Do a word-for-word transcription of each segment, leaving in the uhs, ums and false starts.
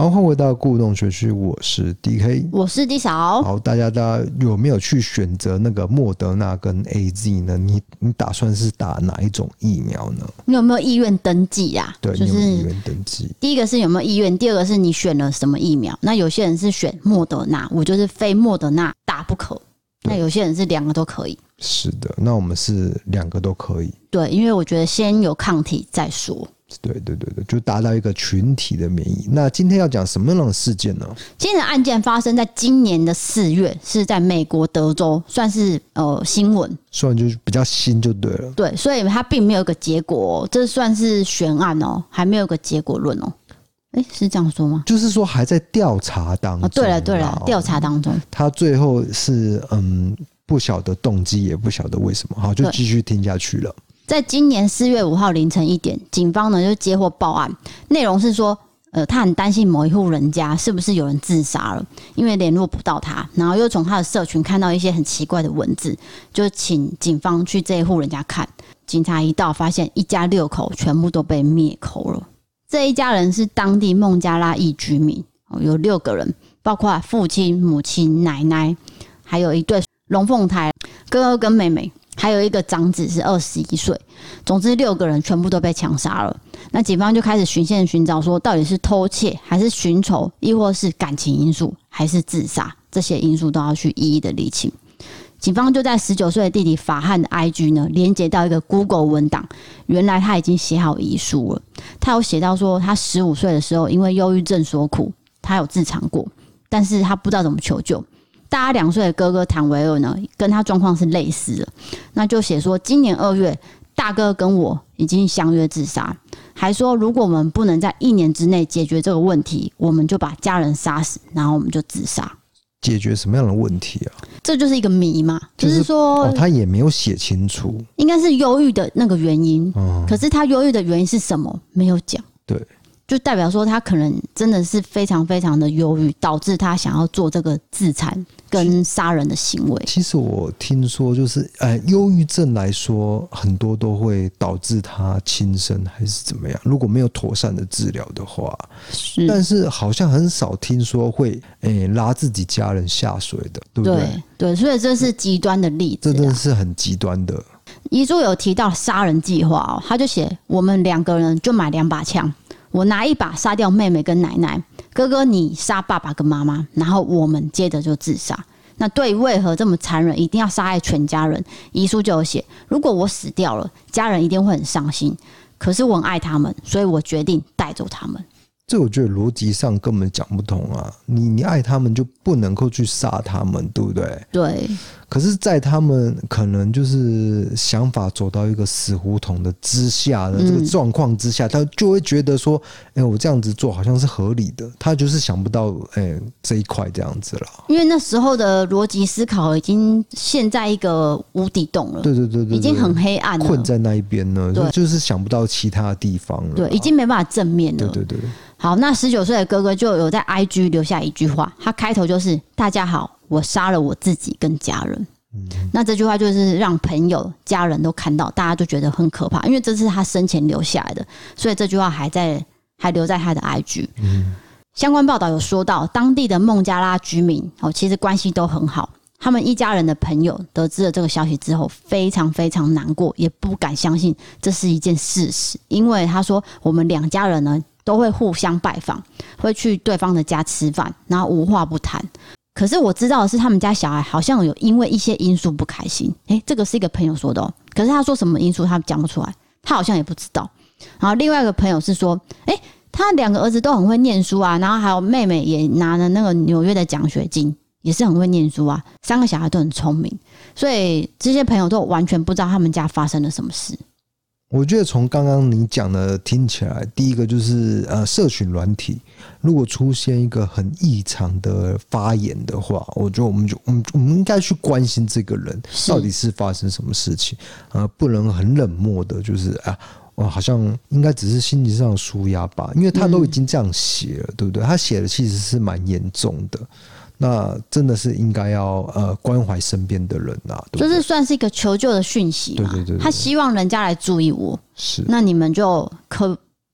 好，换回到故弄玄虚，我是 D K， 我是 D 嫂。 好，大家大家有没有去选择那个莫德纳跟 A Z 呢？你你打算是打哪一种疫苗呢？ 你有没有意愿登记啊？ 对， 就是你有没有意愿登记？ 第一个是有没有意愿，第二个是你选了什么疫苗。那有些人是选莫德纳，我就是非莫德纳打不可。那有些人是两个都可以。 是的，那我们是两个都可以。 对，因为我觉得先有抗体再说。 对对对对，就达到一个群体的免疫。那今天要讲什么样的事件呢？ 今天的案件发生在今年的四月，是在美国德州，算是呃新闻， 虽然就是比较新就对了。 对，所以它并没有一个结果、哦，这算是悬案哦，还没有一个结果论哦。哎，是这样说吗？ 就是说还在调查当中、哦。 对了对了，调查当中， 他最后是嗯不晓得动机，也不晓得为什么，好就继续听下去了。 在今年四月五号凌晨一点，警方呢就接获报案，内容是说，呃，他很担心某一户人家是不是有人自杀了，因为联络不到他，然后又从他的社群看到一些很奇怪的文字，就请警方去这一户人家看。警察一到，发现一家六口全部都被灭口了。这一家人是当地孟加拉裔居民，有六个人，包括父亲、母亲、奶奶，还有一对龙凤胎，哥哥跟妹妹。还有一个长子是二十一岁，总之六个人全部都被枪杀了。那警方就开始循线寻找，说到底是偷窃还是寻仇，亦或是感情因素，还是自杀，这些因素都要去一一的理清。警方就在十九岁的弟弟法汉的 I G 呢，连接到一个 Google 文档，原来他已经写好遗书了。他有写到说，他十五岁的时候因为忧郁症所苦，他有自残过，但是他不知道怎么求救。大他两岁的哥哥坦维尔呢，跟他状况是类似的，那就写说今年二月，大哥跟我已经相约自杀，还说如果我们不能在一年之内解决这个问题，我们就把家人杀死，然后我们就自杀。 解决什么样的问题啊？ 这就是一个谜嘛，就是、就是说、 哦、他也没有写清楚， 应该是忧郁的那个原因、嗯，可是他忧郁的原因是什么没有讲。 对。 就代表说他可能真的是非常非常的忧郁，导致他想要做这个自残跟杀人的行为。 其实我听说就是呃，忧郁症来说很多都会导致他轻生还是怎么样，如果没有妥善的治疗的话。 是， 但是好像很少听说会、欸、拉自己家人下水的，对不对？ 对对，所以这是极端的例子、啊、 这真的是很极端的。 遗书有提到杀人计划哦，他就写我们两个人就买两把枪，我拿一把杀掉妹妹跟奶奶，哥哥你杀爸爸跟妈妈，然后我们接着就自杀。那对于为何这么残忍，一定要杀害全家人？遗书就有写，如果我死掉了，家人一定会很伤心，可是我很爱他们，所以我决定带走他们。 这我觉得逻辑上根本讲不通啊！你你爱他们就不能够去杀他们，对不对？ 对。 可是，在他们可能就是想法走到一个死胡同的之下的这个状况之下、嗯，他就会觉得说：“哎、欸，我这样子做好像是合理的。”他就是想不到哎、欸、这一块这样子了。因为那时候的逻辑思考已经陷在一个无底洞了。 对对 对, 对, 对， 已经很黑暗了， 困在那一边了，对，就是想不到其他地方了。 对，已经没办法正面了。 对对对。 好，那十九岁的哥哥就有在 I G 留下一句话，他开头就是“大家好，我杀了我自己跟家人”。嗯、那这句话就是让朋友、家人都看到，大家就觉得很可怕，因为这是他生前留下来的，所以这句话还在还留在他的 I G。嗯、相关报道有说到，当地的孟加拉居民哦，其实关系都很好。他们一家人的朋友得知了这个消息之后，非常非常难过，也不敢相信这是一件事实，因为他说我们两家人呢都会互相拜访，会去对方的家吃饭，然后无话不谈。可是我知道的是，他们家小孩好像有因为一些因素不开心。诶，这个是一个朋友说的哦。可是他说什么因素，他讲不出来，他好像也不知道。然后另外一个朋友是说，诶，他两个儿子都很会念书啊，然后还有妹妹也拿了那个纽约的奖学金，也是很会念书啊，三个小孩都很聪明，所以这些朋友都完全不知道他们家发生了什么事。 我觉得从刚刚你讲的听起来，第一个就是呃，社群软体如果出现一个很异常的发言的话，我觉得我们就我们我们应该去关心这个人到底是发生什么事情，呃，不能很冷漠的，就是啊。哦，好像应该只是心理上抒压吧，因为他都已经这样写了、嗯，对不对？他写的其实是蛮严重的，那真的是应该要呃关怀身边的人啊，对不对？ 就是算是一个求救的讯息嘛。对对 对, 对，他希望人家来注意我， 是， 那你们就可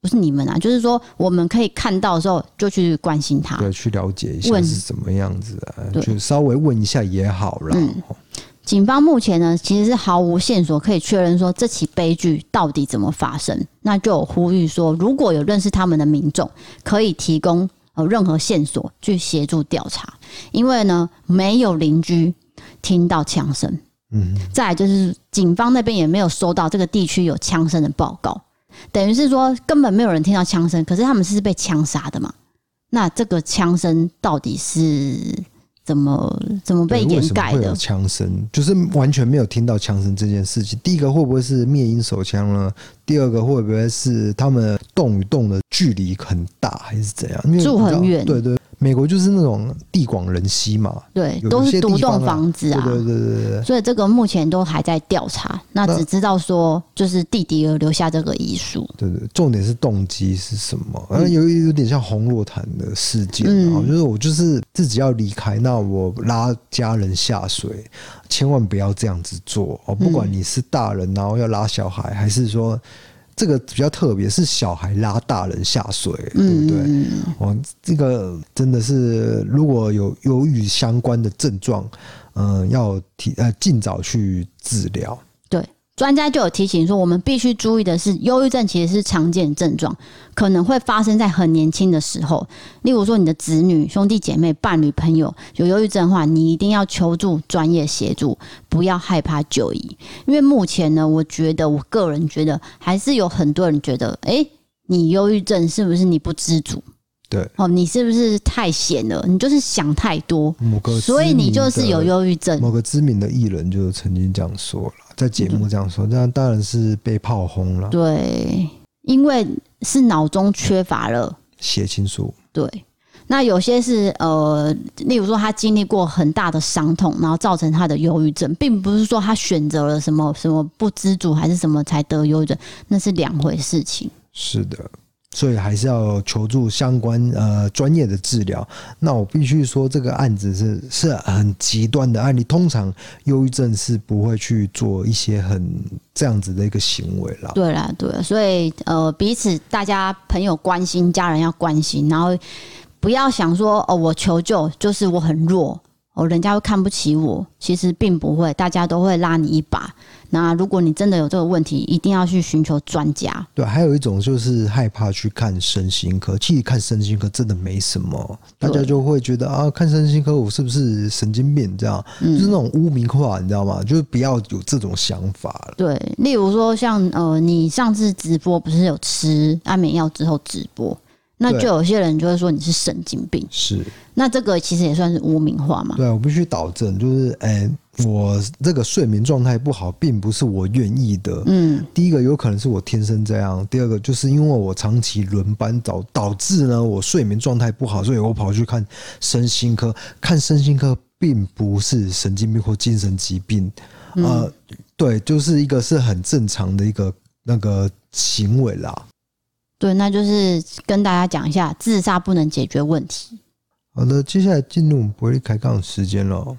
不是你们啊，就是说我们可以看到的时候就去关心他， 对，去了解一下是怎么样子啊，就稍微问一下也好啦。嗯， 警方目前呢，其实是毫无线索可以确认说这起悲剧到底怎么发生，那就有呼吁说，如果有认识他们的民众，可以提供呃任何线索去协助调查，因为呢，没有邻居听到枪声，嗯，再来就是警方那边也没有收到这个地区有枪声的报告，等于是说根本没有人听到枪声，可是他们是被枪杀的嘛？那这个枪声到底是？怎么怎么被掩盖的？为什么会有枪声？就是完全没有听到枪声这件事情。第一个会不会是灭音手枪呢？第二个会不会是他们动与动的距离很大，还是怎样？因为住很远。 对对，美国就是那种地广人稀嘛， 对，都是独栋房子啊。 对对对对对。 所以这个目前都还在调查，那只知道说就是弟弟有留下这个遗书。 对对，重点是动机是什么？嗯、有有点像红洛潭的事件啊、嗯，就是我就是自己要离开，那我拉家人下水，千万不要这样子做哦。不管你是大人，然后要拉小孩，还是说。这个比较特别，是小孩拉大人下水，对不对？嗯、哦，这个真的是，如果有有与相关的症状，嗯、呃，要提呃尽早去治疗。 对，专家就有提醒说，我们必须注意的是，忧郁症其实是常见症状，可能会发生在很年轻的时候。例如说，你的子女、兄弟姐妹、伴侣、朋友有忧郁症的话，你一定要求助专业协助，不要害怕就医。因为目前呢，我觉得我个人觉得，还是有很多人觉得，哎、欸，你忧郁症是不是你不知足？ 对， 哦，你是不是太闲了？你就是想太多，所以你就是有忧郁症。 某个知名的艺人就曾经这样说了，在节目这样说，这样当然是被炮轰了。 对，因为是脑中缺乏了血清素。 对，那有些是呃，例如说他经历过很大的伤痛，然后造成他的忧郁症，并不是说他选择了什么什么不知足还是什么才得忧郁症，那是两回事情。 是的。所以还是要求助相关呃专业的治疗。那我必须说，这个案子是是很极端的案例。通常忧郁症是不会去做一些很这样子的一个行为啦。 对啦，对啦，所以呃彼此大家朋友关心，家人要关心，然后不要想说哦，我求救就是我很弱哦，人家会看不起我。其实并不会，大家都会拉你一把。那如果你真的有这个问题，一定要去寻求专家。 对，还有一种就是害怕去看身心科，其实看身心科真的没什么，大家就会觉得啊，看身心科我是不是神经病这样，嗯、就是那种污名化，你知道吗？就是不要有这种想法了。 对，例如说像呃，你上次直播不是有吃安眠药之后直播？那就有些人就会说你是神经病， 是， 那这个其实也算是污名化嘛。 对，我必须导正，就是，哎、欸，我这个睡眠状态不好，并不是我愿意的。嗯，第一个有可能是我天生这样，第二个就是因为我长期轮班导导致呢，我睡眠状态不好，所以我跑去看身心科。看身心科并不是神经病或精神疾病，嗯、呃，对，就是一个是很正常的一个那个行为啦。 对，那就是跟大家讲一下，自杀不能解决问题。 好的，接下来进入我们伯利开杠时间了。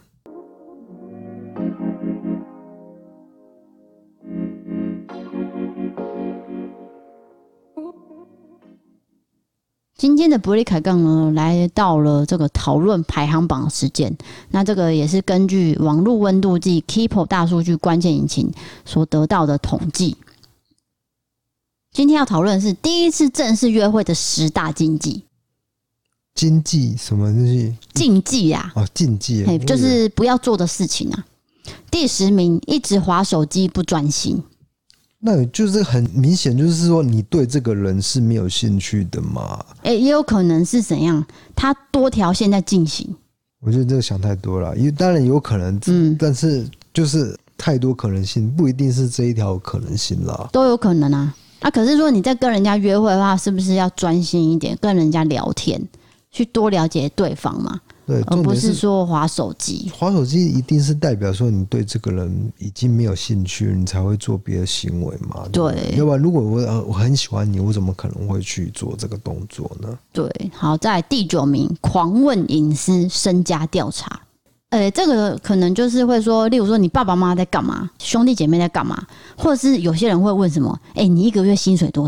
今天的伯利凯杠呢，来到了这个讨论排行榜的时间。那这个也是根据网络温度计 Keepo 大数据关键引擎所得到的统计。今天要讨论的是第一次正式约会的十大禁忌。 禁忌什么东西？ 禁忌啊！ 哦，禁忌， 就是不要做的事情啊。第十名，一直滑手机不专心。 那就是很明显，就是说你对这个人是没有兴趣的嘛？ 哎、欸，也有可能是怎样？他多条线在进行。 我觉得这个想太多了，因为当然有可能，嗯，但是就是太多可能性，不一定是这一条可能性啦， 都有可能啊。啊，可是说你在跟人家约会的话，是不是要专心一点，跟人家聊天，去多了解对方嘛？ 对， 而不是说滑手机。 滑手机一定是代表说你对这个人已经没有兴趣，你才会做别的行为嘛？对，对，要不然如果我呃我很喜欢你，我怎么可能会去做这个动作呢？ 对，好，在第九名，狂问隐私，身家调查。呃，这个可能就是会说，例如说你爸爸妈妈在干嘛，兄弟姐妹在干嘛，或者是有些人会问什么，哎、欸，你一个月薪水多少？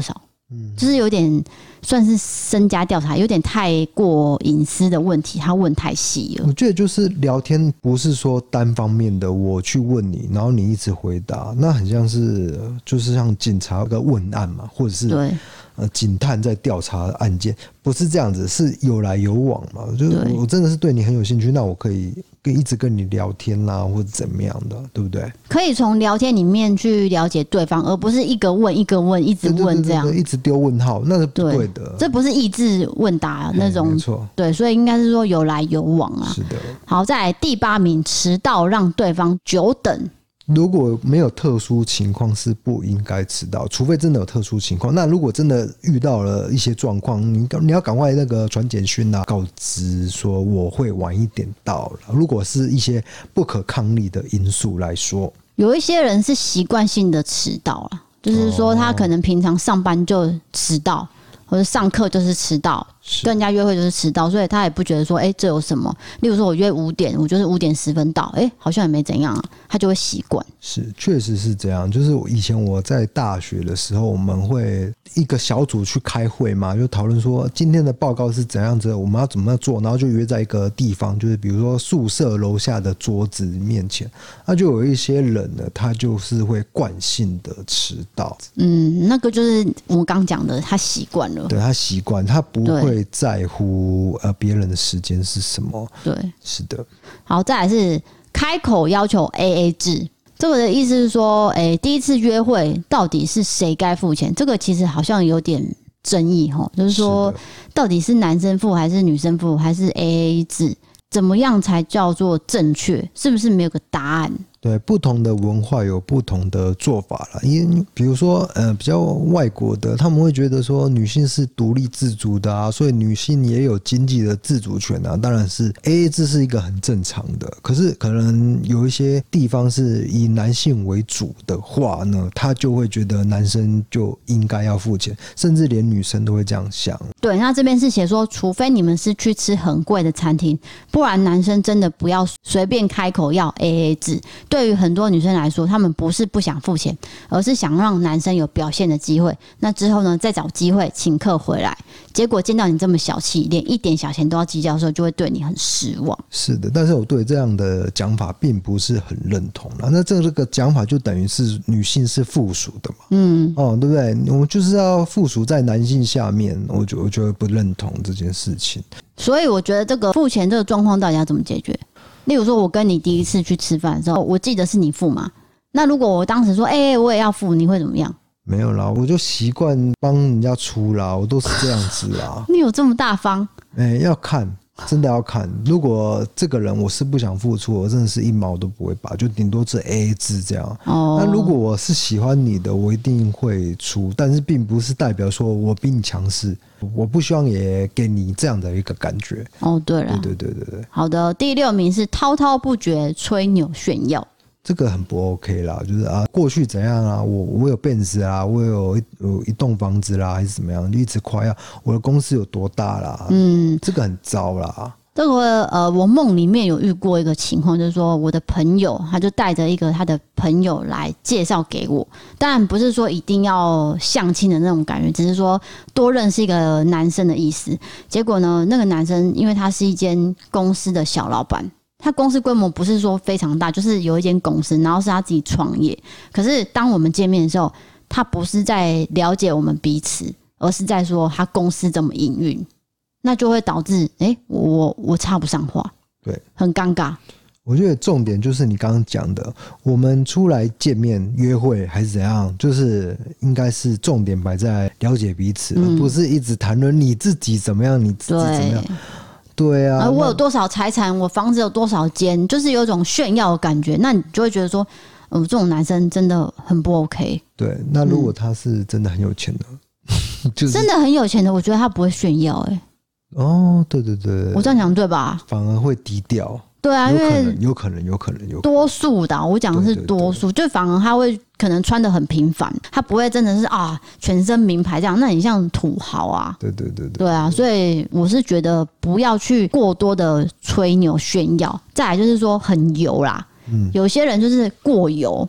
嗯，就是有点算是身家调查，有点太过隐私的问题，他问太细了。 我觉得就是聊天不是说单方面的，我去问你，然后你一直回答，那很像是就是像警察有个问案嘛，或者是对。 呃，警探在调查案件，不是这样子，是有来有往嘛。就是我真的是对你很有兴趣，那我可以跟一直跟你聊天啦，或者怎么样的，对不对？ 可以从聊天里面去了解对方，而不是一个问一个问，一直问这样， 对对对对，一直丢问号，那是不对的。 这不是益智问答那种， 没错。 对，所以应该是说有来有往啊。 是的。 好，再来第八名，迟到让对方久等。 如果没有特殊情况是不应该迟到，除非真的有特殊情况。那如果真的遇到了一些状况，你你要赶快那个传简讯啊，告知说我会晚一点到了。如果是一些不可抗力的因素来说， 有一些人是习惯性的迟到了，就是说他可能平常上班就迟到。或者上课就是迟到，跟人家约会就是迟到，所以他也不觉得说，哎、欸，这有什么？例如说，我约五点，我就是五点十分到，哎、欸，好像也没怎样、啊，他就会习惯。 是，确实是这样。就是以前我在大学的时候，我们会一个小组去开会嘛，就讨论说今天的报告是怎样子，我们要怎么样做，然后就约在一个地方，就是比如说宿舍楼下的桌子面前，那就有一些人呢，他就是会惯性的迟到。 嗯，那个就是我们刚讲的，他习惯了。 对，他习惯，他不会在乎呃别人的时间是什么。 对， 是的。 好，再来是开口要求 A A 制，这个的意思是说，哎、欸，第一次约会到底是谁该付钱？这个其实好像有点争议哈，就是说到底是男生付还是女生付，还是 A A 制？怎么样才叫做正确？是不是没有个答案？ 对，不同的文化有不同的做法啦。因为比如说，呃，比较外国的，他们会觉得说女性是独立自主的啊，所以女性也有经济的自主权啊。当然是 A A 制是一个很正常的。可是可能有一些地方是以男性为主的话呢，他就会觉得男生就应该要付钱，甚至连女生都会这样想。 对，那这边是写说，除非你们是去吃很贵的餐厅，不然男生真的不要随便开口要 A A 制。对于很多女生来说，她们不是不想付钱，而是想让男生有表现的机会。那之后呢，再找机会请客回来。结果见到你这么小气，连一点小钱都要计较的时候，就会对你很失望。 是的，但是我对这样的讲法并不是很认同啦。那这个讲法就等于是女性是附属的嘛，嗯，哦，对不对？我们就是要附属在男性下面，我就我就会不认同这件事情。 所以我觉得这个付钱这个状况到底要怎么解决？例如说，我跟你第一次去吃饭的时候，我记得是你付嘛。那如果我当时说，哎、欸，我也要付，你会怎么样？ 没有啦，我就习惯帮人家出啦，我都是这样子啦。 你有这么大方？ 哎、欸，要看，真的要看。如果这个人我是不想付出，我真的是一毛都不会把，就顶多是 A A 制这样。哦。那如果我是喜欢你的，我一定会出，但是并不是代表说我比你强势。我不希望也给你这样的一个感觉。 哦，对了， 对对对对对。 好的，第六名是滔滔不绝、吹牛炫耀。 这个很不 OK 啦，就是啊，过去怎样啊，我我有 Benz 啊，我有一有一栋房子啦，还是怎么样，就一直夸耀我的公司有多大啦，嗯，这个很糟啦。 这个呃，我梦里面有遇过一个情况，就是说我的朋友他就带着一个他的朋友来介绍给我，当然不是说一定要相亲的那种感觉，只是说多认识一个男生的意思。结果呢，那个男生因为他是一间公司的小老板。他公司规模不是说非常大，就是有一间公司，然后是他自己创业。可是当我们见面的时候，他不是在了解我们彼此，而是在说他公司怎么营运，那就会导致，哎、欸，我我插不上话， 对， 很尴尬。 我觉得重点就是你刚刚讲的，我们出来见面约会还是怎样，就是应该是重点摆在了解彼此，嗯、而不是一直谈论你自己怎么样，你自己怎么样。对啊， 我有多少财产，我房子有多少间，就是有一种炫耀的感觉，那你就会觉得说，嗯、呃，这种男生真的很不 OK。 对，那如果他是真的很有钱的，嗯就是、 真的很有钱的，我觉得他不会炫耀、欸。哎， 哦，对对对， 我这样讲对吧？ 反而会低调。 对啊，因为有可能，有可能，有可能，有多数的，我讲的是多数，就反而他会可能穿得很平凡，他不会真的是啊全身名牌这样，那很像土豪啊。 对对对对， 对啊，所以我是觉得不要去过多的吹牛炫耀，再来就是说很油啦，嗯，有些人就是过油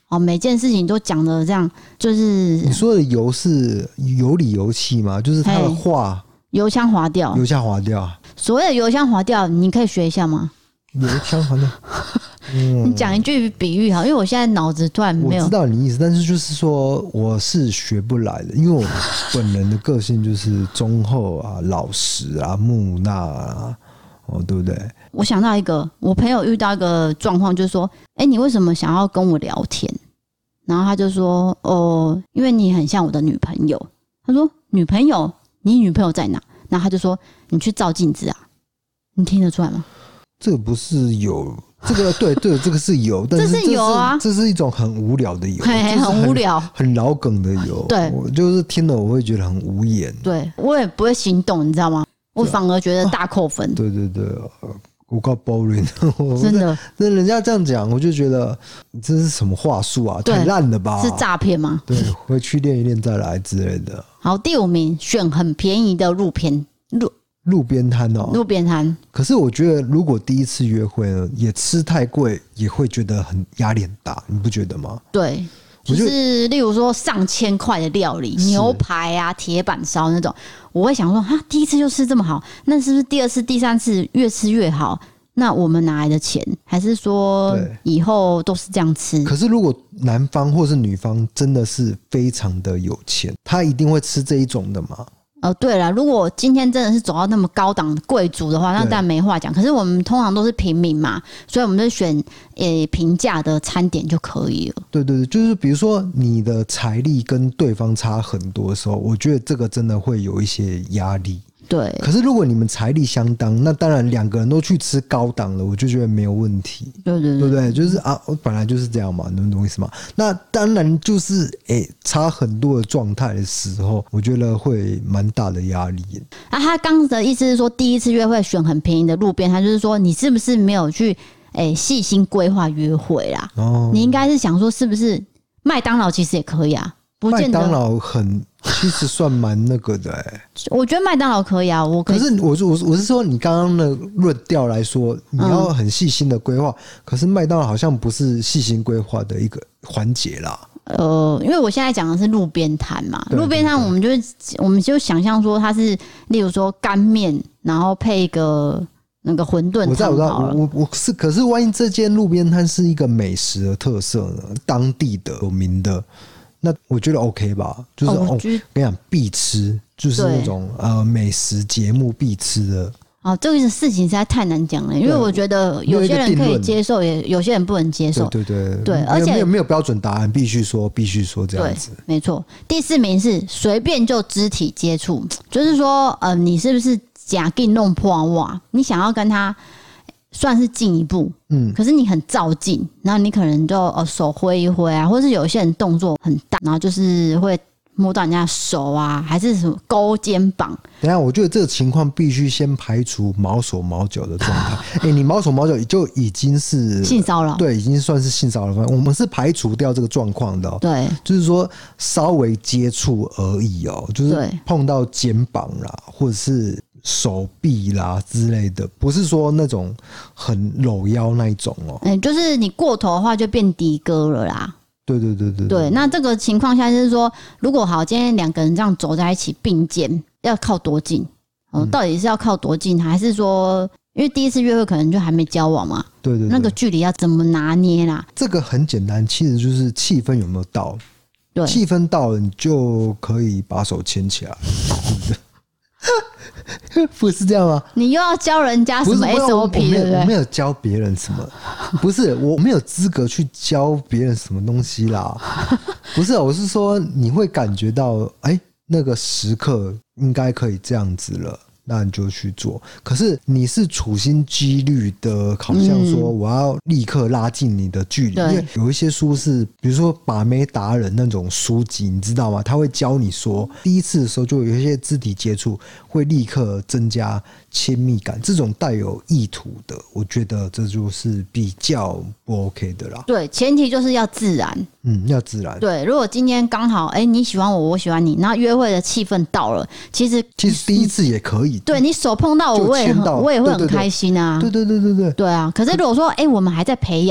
哦，每件事情都讲的这样，就是你说的油是有理有气吗？就是他的话油腔滑调， 油腔滑调。 所谓的油腔滑调，你可以学一下吗？ 油腔滑调。嗯， 你讲一句比喻好，因为我现在脑子突然没有。 我知道你意思，但是就是说我是学不来的，因为我本人的个性就是忠厚啊、老实啊、木讷啊，哦，对不对？ 我想到一个，我朋友遇到一个状况，就是说，哎、欸，你为什么想要跟我聊天？然后他就说，哦，因为你很像我的女朋友。他说，女朋友？你女朋友在哪？然后他就说，你去照镜子啊，你听得出来吗？ 这个不是有。这个对对，这个是有，但是这是这是有啊， 这是一种很无聊的有， 很很无聊、 很老梗的有。 对， 我就是听了我会觉得很无言。 对，我也不会心动，你知道吗？我反而觉得大扣分。 啊、对对对，我够 boring， 真的。 那人家这样讲，我就觉得这是什么话术啊？太烂了吧？ 是诈骗吗？ 对，回去练一练再来之类的。 好，第五名，选很便宜的路边路。 路边摊哦， 路边摊。 可是我觉得，如果第一次约会呢，也吃太贵，也会觉得很压力很大，你不觉得吗？ 对，就是例如说上千块的料理，牛排啊、铁板烧那种，我会想说，哈，第一次就吃这么好，那是不是第二次、第三次越吃越好？那我们哪来的钱？还是说以后都是这样吃？ 可是如果男方或是女方真的是非常的有钱，他一定会吃这一种的吗？ 呃，对啦，如果今天真的是走到那么高档的贵族的话，那当然没话讲。可是我们通常都是平民嘛，所以我们就选呃平价的餐点就可以了。 对对对，就是比如说你的财力跟对方差很多的时候，我觉得这个真的会有一些压力。 对， 可是如果你们财力相当，那当然两个人都去吃高档了，我就觉得没有问题。 对对对， 对不对？就是啊，我本来就是这样嘛，你们懂我意思吗？那当然就是诶、欸，差很多的状态的时候，我觉得会蛮大的压力。 啊，他刚的意思是说，第一次约会选很便宜的路边摊，就是说你是不是没有去诶细心规划约会啦？哦，你应该是想说，是不是麦当劳其实也可以啊？不见得麦当劳很其实算蛮那个的哎、欸， 我觉得麦当劳可以啊，我可以。 可是我我我是说，你刚刚的论调来说，你要很细心的规划、嗯，可是麦当劳好像不是细心规划的一个环节啦。 呃，因为我现在讲的是路边摊嘛，路边摊我们就我们就想象说它是，例如说干面，然后配一个那个馄饨汤。 我知道，我知道，我我是，可是万一这间路边摊是一个美食的特色呢？当地的有名的。那我觉得 OK 吧，就是哦，我跟你讲必吃，就是那种呃美食节目必吃的。 哦，这个事情实在太难讲了，因为我觉得有些人可以接受，也有些人不能接受。 对对对， 对，而且没有没有标准答案，必须说必须说这样子。 没错，第四名是随便就肢体接触，就是说呃，你是不是假给弄破哇？你想要跟他。算是进一步，嗯，可是你很躁进，然后你可能就呃手挥一挥啊，或是有一些人动作很大，然后就是会摸到人家的手啊，还是什么勾肩膀。 等一下，我觉得这个情况必须先排除毛手毛脚的状态。哎、欸，你毛手毛脚就已经是性骚扰， 对，已经算是性骚扰。我们是排除掉这个状况的、喔， 对， 就是说稍微接触而已哦、喔，就是碰到肩膀啦，或者是。手臂啦之类的，不是说那种很搂腰那一种哦、喔。 嗯、欸，就是你过头的话就变的哥了啦。 对对对 对, 对。对，那这个情况下就是说，如果好，今天两个人这样走在一起并肩，要靠多近？哦、嗯，到底是要靠多近，还是说，因为第一次约会可能就还没交往嘛？对 对, 对。那个距离要怎么拿捏啦？ 这个很简单，其实就是气氛有没有到。 对， 气氛到了，你就可以把手牵起来，对不对？不是这样吗？ 你又要教人家什么 S O P 对不对？ 我没有教别人什么，不是我没有资格去教别人什么东西啦。不是，我是说你会感觉到，哎、欸，那个时刻应该可以这样子了。那你就去做，可是你是处心积虑的，好像说我要立刻拉近你的距离、嗯，因为有一些书是，比如说把妹达人那种书籍，你知道吗？他会教你说，第一次的时候就有一些肢体接触，会立刻增加亲密感，这种带有意图的，我觉得这就是比较不 OK 的啦。 对，前提就是要自然。 嗯，要自然。 对，如果今天刚好，哎、欸，你喜欢我，我喜欢你，然后约会的气氛到了，其实其实第一次也可以。 对，你手碰到我，我也很我也会很开心啊。 对对对对对对。 对啊，可是如果说，哎、欸，我们还在培养，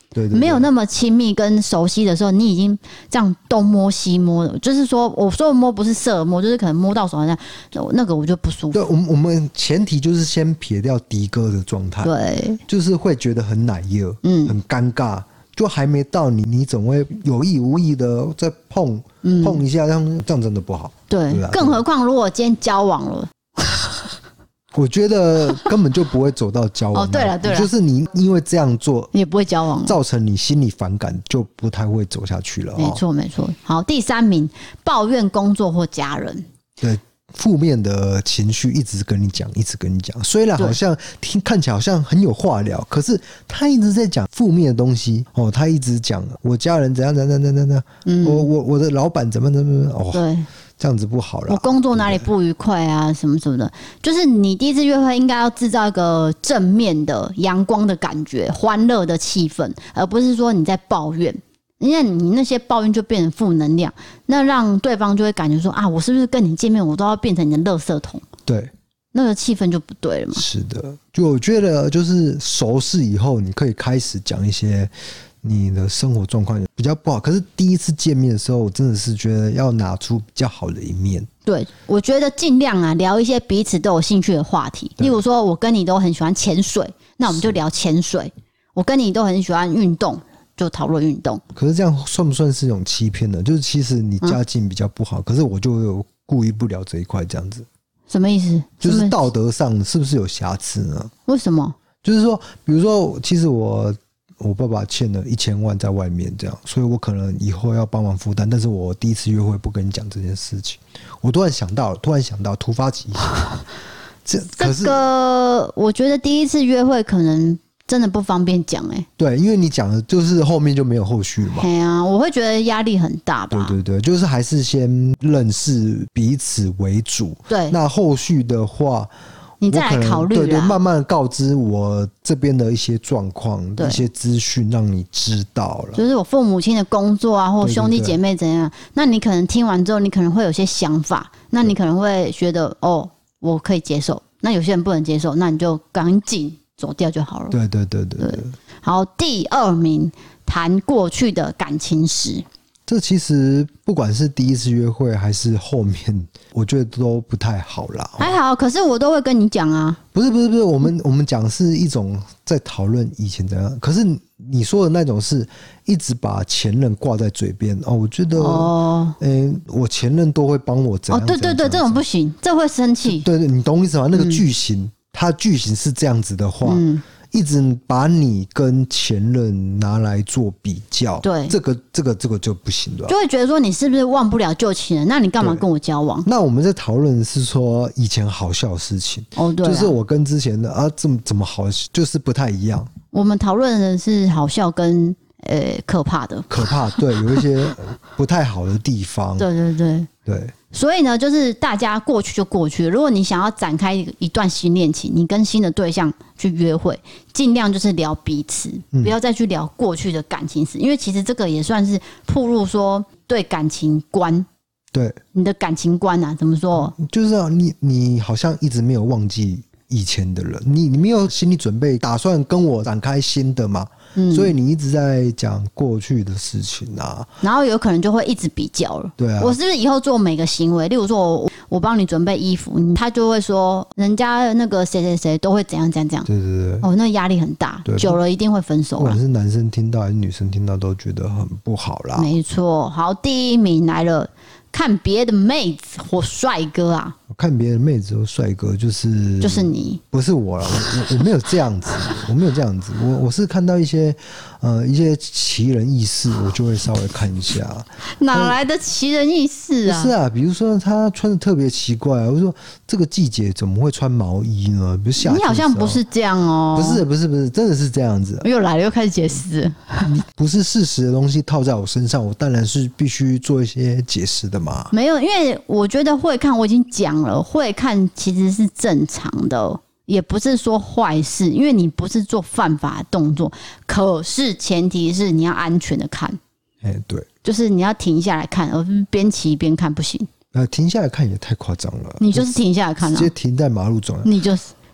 对对对， 没有那么亲密跟熟悉的时候，你已经这样东摸西摸的，就是说我说的摸不是色摸，就是可能摸到手上那个我就不舒服。 对，我们我们前提就是先撇掉的哥的状态， 对， 就是会觉得很奶油，嗯，很尴尬，就还没到你，你总会有意无意的再碰、嗯、碰一下，这样这样真的不好。 对，对更何况如果今天交往了。 我觉得根本就不会走到交往。 哦，对了对了， 就是你因为这样做也不会交往， 造成你心理反感，就不太会走下去了。 没错没错。好，第三名，抱怨工作或家人。 对，负面的情绪一直跟你讲，一直跟你讲。虽然好像听看起来好像很有话聊，可是他一直在讲负面的东西哦。他一直讲我家人怎样怎样怎样怎样，嗯、我我我的老板怎么怎么怎么哦。 对。 这样子不好了， 我工作哪里不愉快啊，什么什么的，就是你第一次约会应该要制造一个正面的、阳光的感觉、欢乐的气氛，而不是说你在抱怨，因为你那些抱怨就变成负能量，那让对方就会感觉说啊，我是不是跟你见面，我都要变成你的垃圾桶？ 对， 那个气氛就不对了嘛。 是的，就我觉得就是熟识以后，你可以开始讲一些。你的生活状况也比较不好，可是第一次见面的时候，我真的是觉得要拿出比较好的一面。 对，我觉得尽量啊聊一些彼此都有兴趣的话题，例如说我跟你都很喜欢潜水，那我们就聊潜水；我跟你都很喜欢运动，就讨论运动。 可是这样算不算是一种欺骗呢？就是其实你家境比较不好，嗯、可是我就有故意不聊这一块，这样子。 什么意思？ 就是道德上是不是有瑕疵呢？ 为什么？ 就是说，比如说，其实我。我爸爸欠了一千万在外面，这样，所以我可能以后要帮忙负担。但是我第一次约会不跟你讲这件事情，我突然想到，突然想到，突发奇想。这可是这个，我觉得第一次约会可能真的不方便讲哎、欸。 对，因为你讲的就是后面就没有后续了嘛。 对啊，我会觉得压力很大吧。 对对对，就是还是先认识彼此为主。 对， 那后续的话。 你再来考虑啦， 对对，慢慢告知我这边的一些状况、一些资讯，让你知道了。 就是我父母亲的工作啊，或兄弟姐妹怎样，对对对，那你可能听完之后，你可能会有些想法，那你可能会觉得哦，我可以接受。那有些人不能接受，那你就赶紧走掉就好了。 对对对 对, 对, 对。 好，第二名，谈过去的感情史。 这其实不管是第一次约会还是后面，我觉得都不太好啦。 还好，可是我都会跟你讲啊。 不是不是不是，我们我们讲是一种在讨论以前怎样，可是你说的那种是一直把前任挂在嘴边哦。我觉得哦，欸，我前任都会帮我怎样？ 哦，对对对，这种不行，这会生气。 对对，你懂我意思吗？那个句型，嗯，它句型是这样子的话。嗯，一直把你跟前任拿来做比较，对，这个这个这个就不行了， 就会觉得说你是不是忘不了旧情人？那你干嘛跟我交往？ 那我们在讨论是说以前好笑的事情，哦，对，就是我跟之前的啊，怎么怎么好，就是不太一样。 我们讨论的是好笑跟呃可怕的， 可怕，对，有一些不太好的地方， 对对对对。 所以呢，就是大家过去就过去了。如果你想要展开一段新恋情，你跟新的对象去约会，尽量就是聊彼此，不要再去聊过去的感情史，因为其实这个也算是暴露说对感情观， 对你的感情观啊，怎么说？ 就是啊，你你好像一直没有忘记以前的人，你你没有心理准备，打算跟我展开新的吗？嗯，所以你一直在讲过去的事情啊， 然后有可能就会一直比较了。 对啊， 我是不是以后做每个行为，例如说我我帮你准备衣服，他就会说人家那个谁谁谁都会怎样怎样怎样。 对对对， 哦，那压力很大，久了一定会分手啦。 不管是男生听到还是女生听到，都觉得很不好啦。 没错，好，第一名来了。看别的妹子或帅哥啊， 看别的妹子或帅哥就是就是你， 不是我啦，我我没有这样子，我没有这样子，我我是看到一些呃一些奇人异事，我就会稍微看一下。 哪来的奇人异事啊？ 不是啊，比如说他穿的特别奇怪，我说这个季节怎么会穿毛衣呢？比如夏天， 你好像不是这样哦， 不是不是不是，真的是这样子。 又来了，又开始解释。 你不是事实的东西套在我身上，我当然是必须做一些解释的。 没有，因为我觉得会看，我已经讲了，会看其实是正常的，也不是说坏事，因为你不是做犯法的动作，可是前提是你要安全的看。 哎、欸，对， 就是你要停下来看，而不是边骑边看，不行。 呃，停下来看也太夸张了。 你就是停下来看了、啊， 直接停在马路中， 你就是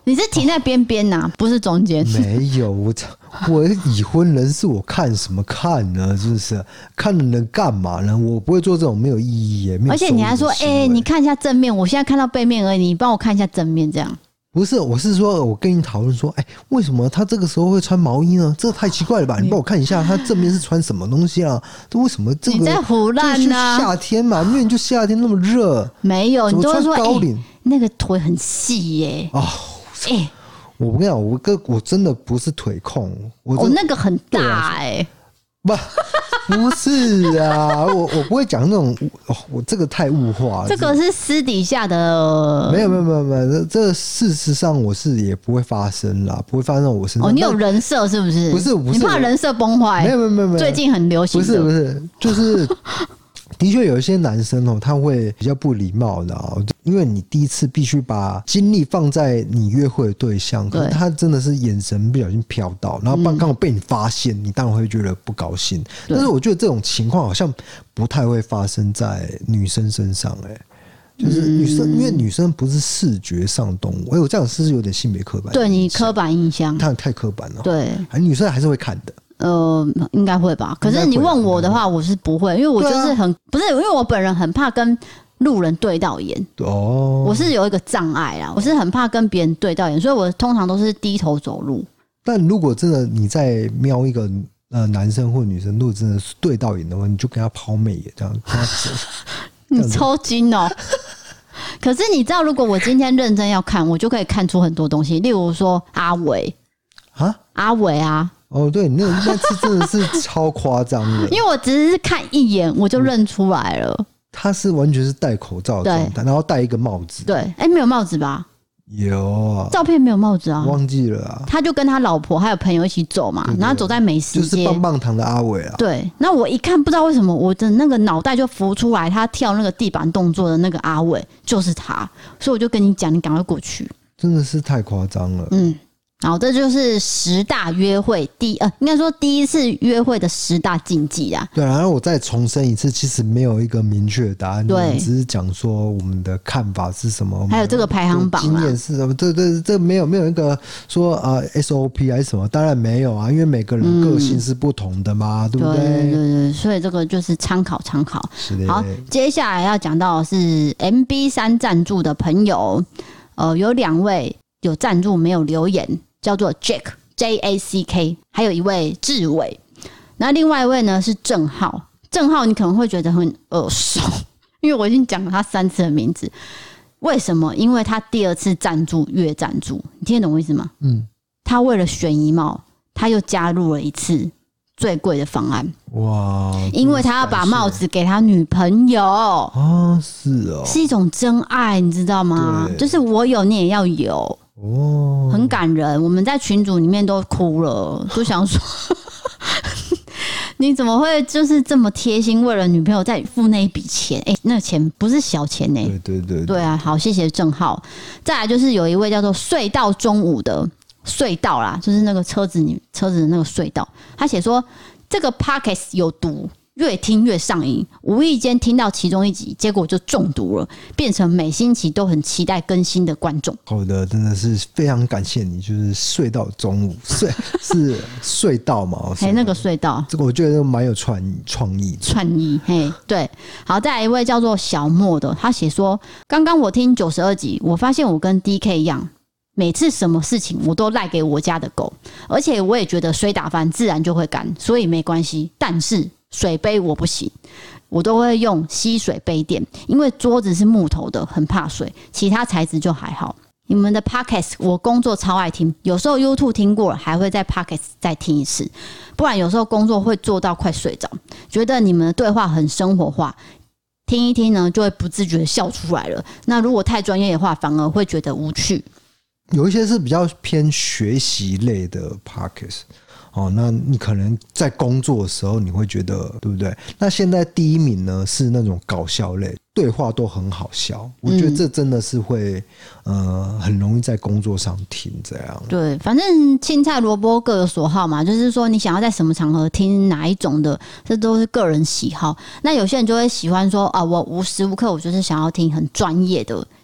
你是停在边边呐，不是中间。 没有，我我已婚人士，我看什么看呢？是不是看了能干嘛呢？我不会做这种没有意义耶。 而且你还说，哎、欸，你看一下正面，我现在看到背面而已，你帮我看一下正面，这样。 不是，我是说，我跟你讨论说，哎、欸，为什么他这个时候会穿毛衣呢？这太奇怪了吧？你帮我看一下，他正面是穿什么东西啊？这为什么这个？ 你在胡乱啊！ 夏天嘛，明明就夏天那么热， 没有，你都会说高领、欸， 那个腿很细耶、欸。哦，哎、欸， 我跟你讲，我哥我真的不是腿控，我哦那个很大哎、欸。 不，不是啊，我我不会讲那种，哦，我这个太物化了。 这个是私底下的， 没有没有没有没有，这事实上我是也不会发生啦，不会发生在我身上。 哦，你有人设是不是？ 不是不是， 你怕人设崩坏？ 没有没有没有没有， 最近很流行的。 不是不是，就是。的确有一些男生哦，他会比较不礼貌的啊，因为你第一次必须把精力放在你约会的对象，可是他真的是眼神不小心飘到，然后刚好被你发现，你当然会觉得不高兴。但是我觉得这种情况好像不太会发生在女生身上、欸，哎，就是女生，因为女生不是视觉上动物，哎，我这样是不是有点性别刻板？ 对你刻板印象， 太太刻板了。 对， 女生还是会看的。 呃，应该会吧。可是你问我的话，我是不会，因为我就是很、啊、不是，因为我本人很怕跟路人对到眼。哦，我是有一个障碍啦，我是很怕跟别人对到眼，所以我通常都是低头走路。 但如果真的你在瞄一个呃男生或女生，如果真的是对到眼的话，你就跟他抛媚眼，这样跟他走。 你抽筋哦。可是你知道，如果我今天认真要看，我就可以看出很多东西，例如说阿伟啊，阿伟啊。哦， 对，那那次真的是超夸张的， 因为我只是看一眼我就认出来了。嗯、 他是完全是戴口罩的状态，然后戴一个帽子。 对，哎、欸，没有帽子吧？ 有啊， 照片没有帽子啊， 忘记了啊。 他就跟他老婆还有朋友一起走嘛，对对对，然后走在美食街， 就是棒棒糖的阿伟啊。 对，那我一看不知道为什么我的那个脑袋就浮出来，他跳那个地板动作的那个阿伟就是他，所以我就跟你讲，你赶快过去。 真的是太夸张了， 嗯。好，这就是十大约会第呃，应该说第一次约会的十大禁忌啦。 对，然后我再重申一次，其实没有一个明确的答案， 对， 只是讲说我们的看法是什么， 还有这个排行榜经验是什么，这这这没有没有一个说啊、呃、S O P 还是什么，当然没有啊，因为每个人个性是不同的嘛，嗯、对不对？ 对对对，所以这个就是参考参考。 是的。 好，接下来要讲到的是 M B 三 赞助的朋友，呃，有两位有赞助没有留言。叫做 Jack J A C K， 还有一位志伟，那另外一位呢是郑浩。郑浩你可能会觉得很耳熟，因为我已经讲了他三次的名字。为什么？因为他第二次赞助月赞助，你听得懂我意思吗？嗯，他为了选衣帽，他又加入了一次最贵的方案。哇！因为他要把帽子给他女朋友啊，是哦， 是一种真爱，你知道吗？就是我有你也要有。哦，很感人，我们在群组里面都哭了，都想说你怎么会就是这么贴心，为了女朋友再付那一笔钱？哎、欸，那个钱不是小钱呢、欸。 对对 对, 对， 对啊，好，谢谢郑浩。再来就是有一位叫做隧道中午的隧道啦，就是那个车子你车子的那个隧道，他写说这个 Podcast 有毒。越听越上瘾，无意间听到其中一集，结果就中毒了，变成每星期都很期待更新的观众。 好的，真的是非常感谢你，就是隧道中午隧是隧道嘛？ 嘿，那个隧道， 这个我觉得蛮有创创意的， 创意嘿，对。好，再来一位叫做小莫的，他写说，刚刚我听九十二集，我发现我跟 D K 一样。每次什么事情我都赖给我家的狗，而且我也觉得水打翻自然就会干，所以没关系。但是水杯我不行，我都会用吸水杯垫，因为桌子是木头的，很怕水，其他材质就还好。你们的 Podcast 我工作超爱听，有时候 YouTube 听过了，还会在 Podcast 再听一次，不然有时候工作会做到快睡着，觉得你们的对话很生活化。听一听呢，就会不自觉的笑出来了。那如果太专业的话，反而会觉得无趣。 有一些是比较偏学习类的 podcast 哦，那你可能在工作的时候你会觉得对不对？那现在第一名呢是那种搞笑类，对话都很好笑，我觉得这真的是会、嗯、呃很容易在工作上听这样。 对，反正青菜萝卜各有所好嘛，就是说你想要在什么场合听哪一种的，这都是个人喜好。那有些人就会喜欢说啊，我无时无刻我就是想要听很专业的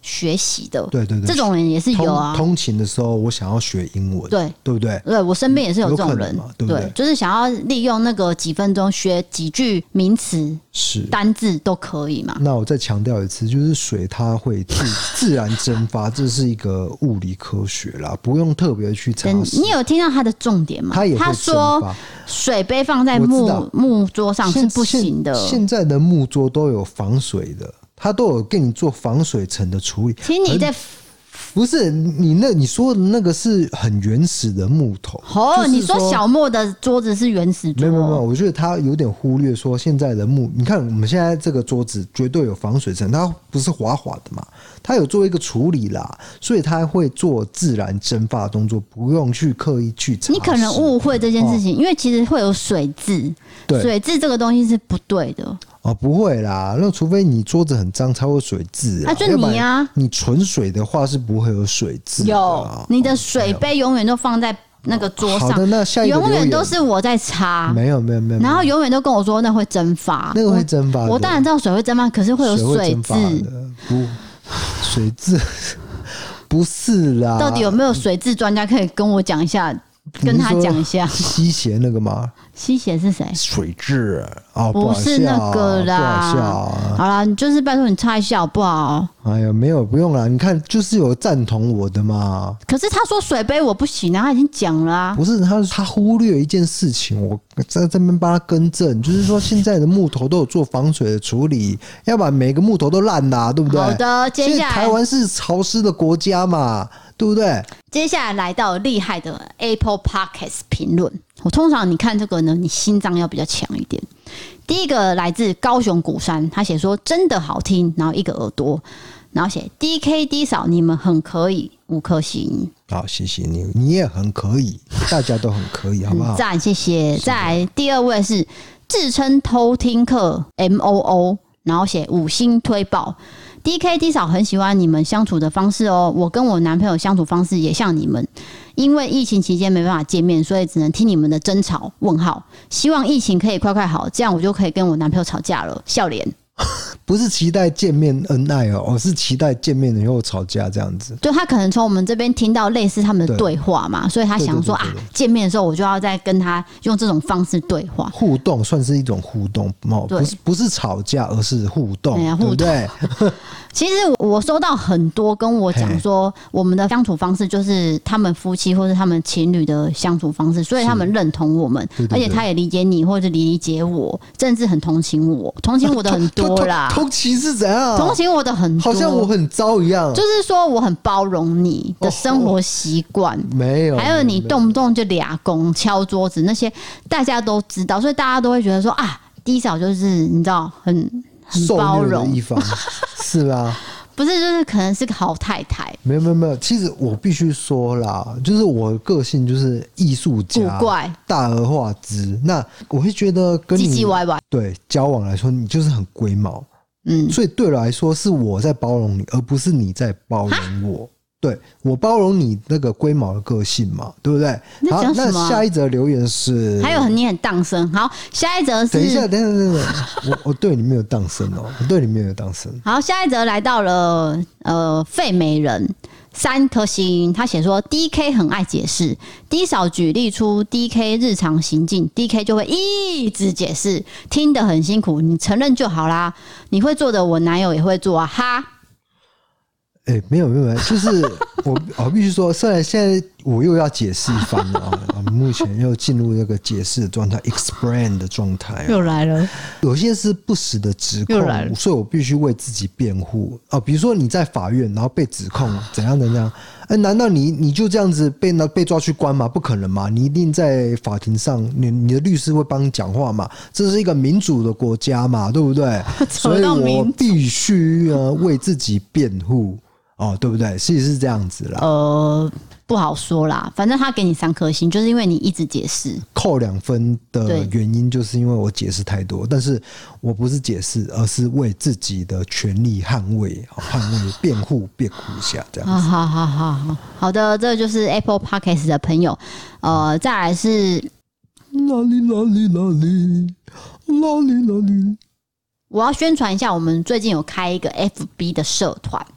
学习的， 对对对， 这种人也是有啊。 通, 通勤的时候，我想要学英文， 对对不对？ 对，我身边也是有这种人， 嘛，对不对？ 对，就是想要利用那个几分钟学几句名词、 是单字都可以嘛。 那我再强调一次，就是水它会自自然蒸发，这是一个物理科学啦，不用特别去查实。 你有听到他的重点吗？ 他也会他说水杯放在木木桌上是不行的。 现, 现在的木桌都有防水的，它都有给你做防水层的处理。 其实你在不是你那你说的那个是很原始的木头哦，就是、你说小莫的桌子是原始桌？ 没有没有没有，我觉得他有点忽略说现在的木，你看我们现在这个桌子绝对有防水层，它不是滑滑的嘛，它有做一个处理啦，所以它会做自然蒸发的动作，不用去刻意去查。 你可能误会这件事情，哦、因为其实会有水渍，水渍这个东西是不对的。 哦，不会啦，那除非你桌子很脏才会有水渍啊。 那、啊、就你啊， 你纯水的话是不会有水渍的、啊。 有，你的水杯永远都放在那个桌上。 好的，那下一个永远都是我在擦。 没有没有没有。 然后永远都跟我说那会蒸发， 那个会蒸发的。 我当然知道水会蒸发，可是会有水渍。 不，水渍不是啦。 到底有没有水渍专家可以跟我讲一下？跟他讲一下。 吸血那个吗？ 吸血是谁？ 水蛭哦， 不是那个啦。 不好笑、啊。 好啦，你就是拜托你擦一下好不好？ 哎呀，没有不用啦，你看就是有赞同我的嘛。 可是他说水杯我不行啊，他已经讲了啊。 不是他，他忽略一件事情，我在这边帮他更正，就是说现在的木头都有做防水的处理，要不然每个木头都烂啦、啊，对不对？ 好的，接下来台湾是潮湿的国家嘛，对不对？ 接下来来到厉害的 Apple Podcast 评论，我通常你看这个呢，你心脏要比较强一点。第一个来自高雄鼓山，他写说真的好听，然后一个耳朵，然后写 D K D 嫂你们很可以，五颗星。 好，谢谢你，你也很可以，大家都很可以，好不好？ 赞，谢谢。再来第二位是自称偷听客 M O O， 然后写五星推爆。D K D 嫂很喜欢你们相处的方式哦，我跟我男朋友相处方式也像你们，因为疫情期间没办法见面，所以只能听你们的争吵。问号，希望疫情可以快快好，这样我就可以跟我男朋友吵架了。笑脸。 不是期待见面恩爱哦，而是期待见面以后吵架这样子。 就他可能从我们这边听到类似他们的对话嘛，所以他想说对对对对啊，见面的时候我就要再跟他用这种方式对话， 互动算是一种互动，不是不是吵架，而是互动，对, 对不对？ 其实我收到很多跟我讲说，我们的相处方式就是他们夫妻或是他们情侣的相处方式，所以他们认同我们，对对对，而且他也理解你或者理解我，甚至很同情我，同情我的很多啦。 同情是怎样？ 同情我的很多， 好像我很糟一样。 就是说我很包容你的生活习惯、哦， 没有， 还有你动不动就俩拱敲桌子那些，大家都知道，所以大家都会觉得说啊，D嫂就是你知道很很包容的一方，是吧？ 不是，就是可能是个好太太。 没有没有没有，其实我必须说啦，就是我个性就是艺术家， 古怪， 大而化之。那我会觉得跟你唧唧歪歪对交往来说，你就是很龟毛。嗯，所以对我来说是我在包容你，而不是你在包容我。对，我包容你那个龟毛的个性嘛，对不对？好，那下一则留言是， 还有你很荡生。好，下一则是， 等一下，等一下，等一下，我我对你没有荡生哦，我对你没有荡生。 好，下一则来到了呃费美人。三颗星，他写说 D K 很爱解释 ，D 嫂举例出 D K 日常行径 ，D K 就会一直解释，听得很辛苦，你承认就好啦。你会做的，我男友也会做啊，哈。 哎、欸，没有没有，就是我我必须说，虽然现在我又要解释一番了啊，目前又进入那个解释的状态 ，explain 的状态、啊， 又来了。有些是不实的指控，所以我必须为自己辩护啊。比如说你在法院，然后被指控怎样怎样，哎、欸，难道你你就这样子被被抓去关吗？不可能嘛！你一定在法庭上，你你的律师会帮你讲话嘛？这是一个民主的国家嘛，对不对？所以我必须呃为自己辩护。哦，对不对？其实是这样子啦。 呃，不好说啦，反正他给你三颗星，就是因为你一直解释。 扣两分的原因就是因为我解释太多，但是我不是解释，而是为自己的权利捍卫、捍卫、辩护、辩护一下这样子。 好好好好好的，这就是 Apple Podcast 的朋友。呃，再来是哪里哪里哪里哪里哪里。 我要宣传一下，我们最近有开一个 F B 的社团。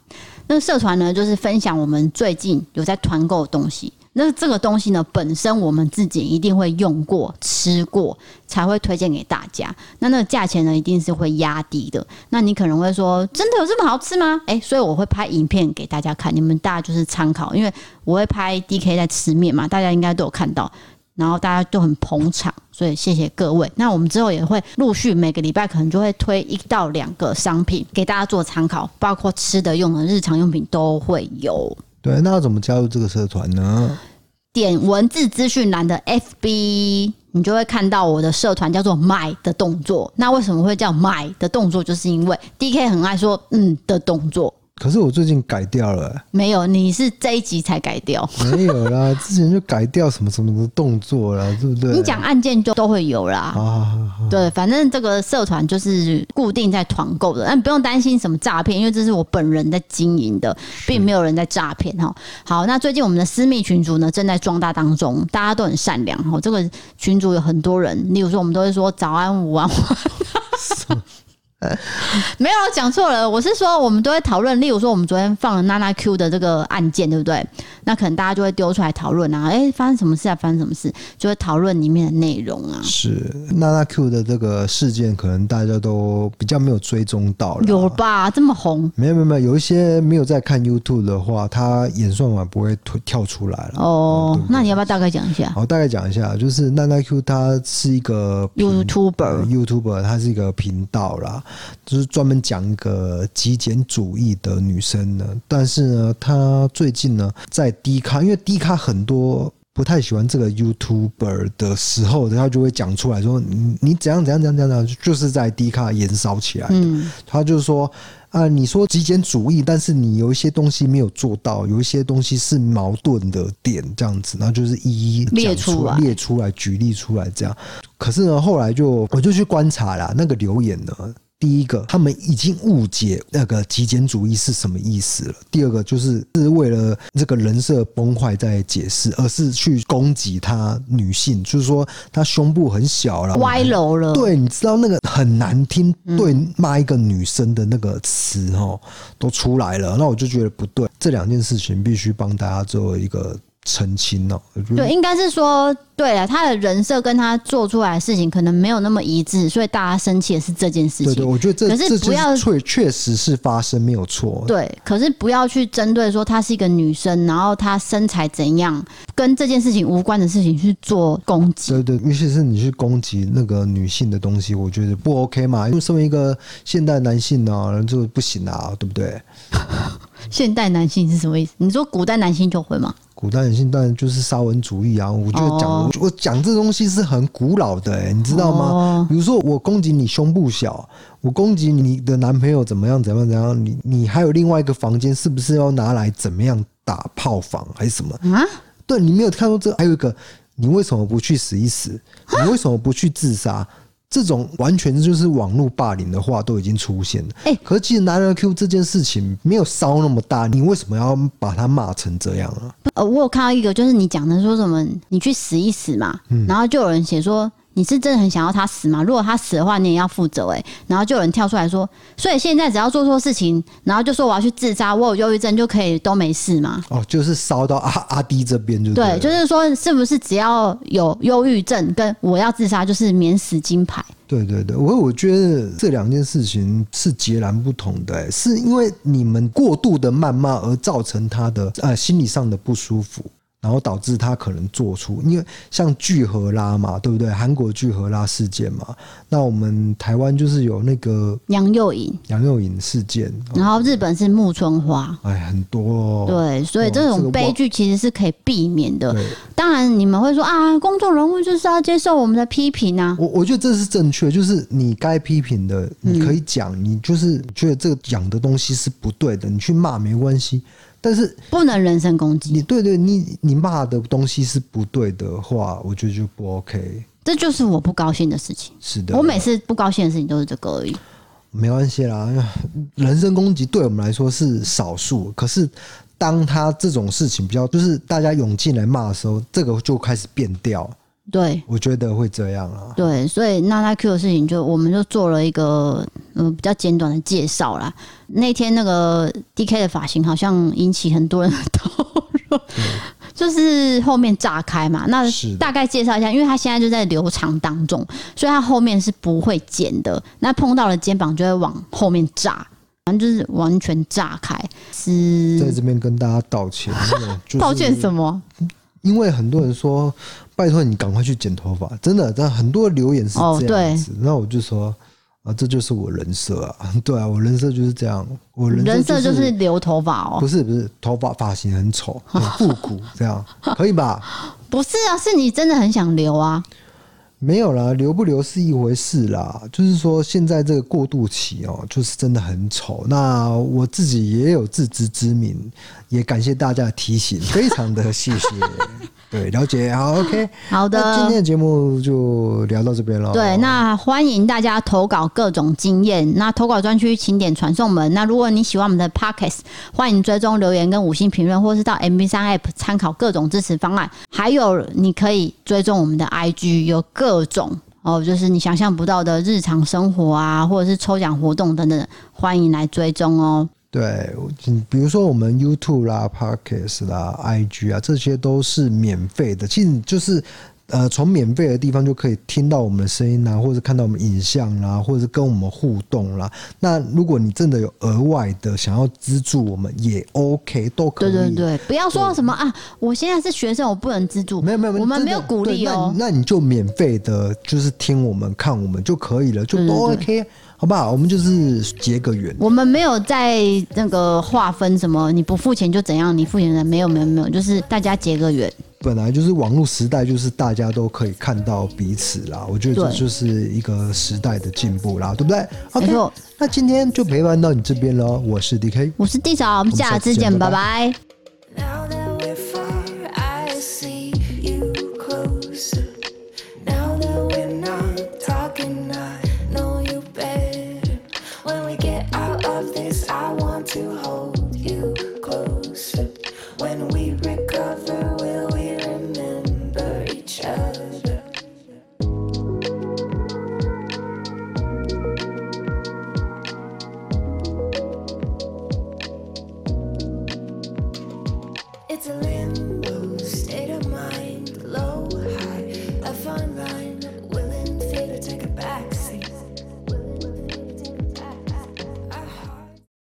那个社团呢，就是分享我们最近有在团购的东西。那这个东西呢，本身我们自己一定会用过、吃过，才会推荐给大家。那那个价钱呢，一定是会压低的。那你可能会说，真的有这么好吃吗？哎，所以我会拍影片给大家看，你们大家就是参考，因为我会拍 D K 在吃面嘛，大家应该都有看到。然后大家都很捧场，所以谢谢各位。那我们之后也会陆续每个礼拜可能就会推一到两个商品给大家做参考，包括吃的、用的、日常用品都会有。 对，那要怎么加入这个社团呢？ 点文字资讯栏的 F B， 你就会看到我的社团叫做买的动作。那为什么会叫买的动作？就是因为 D K 很爱说嗯的动作。 可是我最近改掉了、欸， 没有，你是这一集才改掉， 没有啦，之前就改掉什么什么的动作啦，对不对？ 你讲案件就都会有啦， 啊， 对，反正这个社团就是固定在团购的，但不用担心什么诈骗，因为这是我本人在经营的，并没有人在诈骗哈。好，那最近我们的私密群组呢正在壮大当中，大家都很善良哈。这个群组有很多人，例如说我们都会说早安、午安、晚安。没有讲错了，我是说我们都会讨论，例如说我们昨天放了娜娜 Q 的这个案件，对不对？那可能大家就会丢出来讨论啊，哎，发生什么事啊？发生什么事？就会讨论里面的内容啊。 是娜娜 Q 的这个事件，可能大家都比较没有追踪到了， 有吧？这么红？ 没有没有没有，有一些没有在看 YouTube 的话，它演算法不会跳出来了。 哦， 对对， 那你要不要大概讲一下？ 好，大概讲一下，就是娜娜 Q 它是一个 YouTuber，YouTuber， YouTuber 它是一个频道啦，就是专门讲一个极简主义的女生呢。但是呢，她最近呢在 D 卡，因为 D 卡很多不太喜欢这个 YouTuber 的时候，他就会讲出来说你你怎样怎样怎样怎样，就是在 D 卡延烧起来的。嗯，他就说啊，你说极简主义，但是你有一些东西没有做到，有一些东西是矛盾的点，这样子，然后就是一一列出来、 列出来、举例出来这样。可是呢，后来就我就去观察啦，那个留言呢。第一个，他们已经误解那个极简主义是什么意思了。第二个，就是是为了这个人设崩坏在解释，而是去攻击她女性，就是说她胸部很小了， 歪楼了。 对，你知道那个很难听，对骂一个女生的那个词哦，都出来了。那我就觉得不对，这两件事情必须帮大家做一个澄清哦。 对，应该是说，对了，他的人设跟他做出来的事情可能没有那么一致，所以大家生气的是这件事情。 对对，我觉得这可是不要确确实是发生没有错。 对，可是不要去针对说她是一个女生，然后她身材怎样，跟这件事情无关的事情去做攻击。 对对，尤其是你去攻击那个女性的东西，我觉得不 OK 嘛。因为身为一个现代男性呢、啊，这个不行啊，对不对？ 现代男性是什么意思？你说古代男性就会吗？ 古代男性当然就是沙文主义啊！我觉得讲、哦、我讲这东西是很古老的、欸，你知道吗、哦？比如说我攻击你胸部小，我攻击你的男朋友怎么样怎么样怎么样，你你还有另外一个房间，是不是要拿来怎么样打炮房还是什么？啊？对，你没有看到这个？还有一个，你为什么不去死一死？你为什么不去自杀？这种完全就是网络霸凌的话都已经出现了。欸、可是其实男人 Q 这件事情没有烧那么大，你为什么要把他骂成这样啊？ 呃，我有看到一个，就是你讲的说什么，你去死一死嘛，嗯、然后就有人写说。你是真的很想要他死吗？如果他死的话，你也要负责哎、欸。然后就有人跳出来说，所以现在只要做错事情，然后就说我要去自杀，我有忧郁症就可以都没事吗？ 哦，就是烧到阿阿弟这边就对， 对，就是说是不是只要有忧郁症跟我要自杀就是免死金牌？ 对对对，我我觉得这两件事情是截然不同的、欸，是因为你们过度的谩骂而造成他的呃心理上的不舒服。然后导致他可能做出，因为像具荷拉嘛，对不对？韩国具荷拉事件嘛，那我们台湾就是有那个杨佑颖杨佑颖事件， 然后日本是木村花， 哎，很多哦。 对，所以这种悲剧其实是可以避免的。 哦、 当然，你们会说啊，公众人物就是要接受我们的批评啊。 我我觉得这是正确，就是你该批评的，你可以讲、嗯，你就是觉得这个讲的东西是不对的，你去骂没关系。但是不能人身攻击。 你对对，你你骂的东西是不对的话，我觉得就不 OK。 这就是我不高兴的事情。 是的， 我每次不高兴的事情都是这个而已。 没关系啦，人身攻击对我们来说是少数，可是当他这种事情比较就是大家涌进来骂的时候，这个就开始变调。 对， 我觉得会这样啊。 对，所以娜娜 Q 的事情就我们就做了一个呃比较简短的介绍啦。那天那个 D K 的发型好像引起很多人的讨论，就是后面炸开嘛。那大概介绍一下，因为他现在就在留长当中，所以他后面是不会剪的。那碰到了肩膀就会往后面炸。反正就是完全炸开，是在这边跟大家道歉。就是、 道歉什么？ 因为很多人说，拜托你赶快去剪头发，真的，但很多留言是这样子。那、哦、我就说啊，这就是我人设啊，对啊，我人设就是这样。我人设、就是、 人设就是留头发哦， 不是不是，头发发型很丑，很复古，这样可以吧？ 不是啊，是你真的很想留啊。 没有啦，留不留是一回事啦。就是说，现在这个过渡期哦、喔，就是真的很丑。那我自己也有自知之明，也感谢大家的提醒，非常的谢谢。对，了解，好 ，OK， 好的。 那今天的节目就聊到这边了。 对，那欢迎大家投稿各种经验。那投稿专区请点传送门。那如果你喜欢我们的 Podcast， 欢迎追踪留言跟五星评论，或是到 M B 三 App 参考各种支持方案。还有，你可以追踪我们的 I G， 有各种哦，就是你想象不到的日常生活啊，或者是抽奖活动等等，欢迎来追踪哦。 对，比如说我们 YouTube 啦、Podcast 啦、I G 啊，这些都是免费的。其实就是呃，从免费的地方就可以听到我们的声音啊，或者看到我们影像啦，或者是跟我们互动啦。那如果你真的有额外的想要资助我们，也 OK， 都可以。 对对对，不要说什么啊，我现在是学生，我不能资助。 没有没有， 我们没有鼓励哦。 那, 那你就免费的，就是听我们、看我们就可以了，就都 OK。对对对，好不好？我们就是结个缘。 我们没有在那个划分什么，你不付钱就怎样，你付钱的没有没有没有，就是大家结个缘。 本来就是网络时代，就是大家都可以看到彼此啦。我觉得这就是一个时代的进步啦，对不对 ？OK， 那今天就陪伴到你这边了。我是 D K， 我是地嫂，我们下次见，拜拜。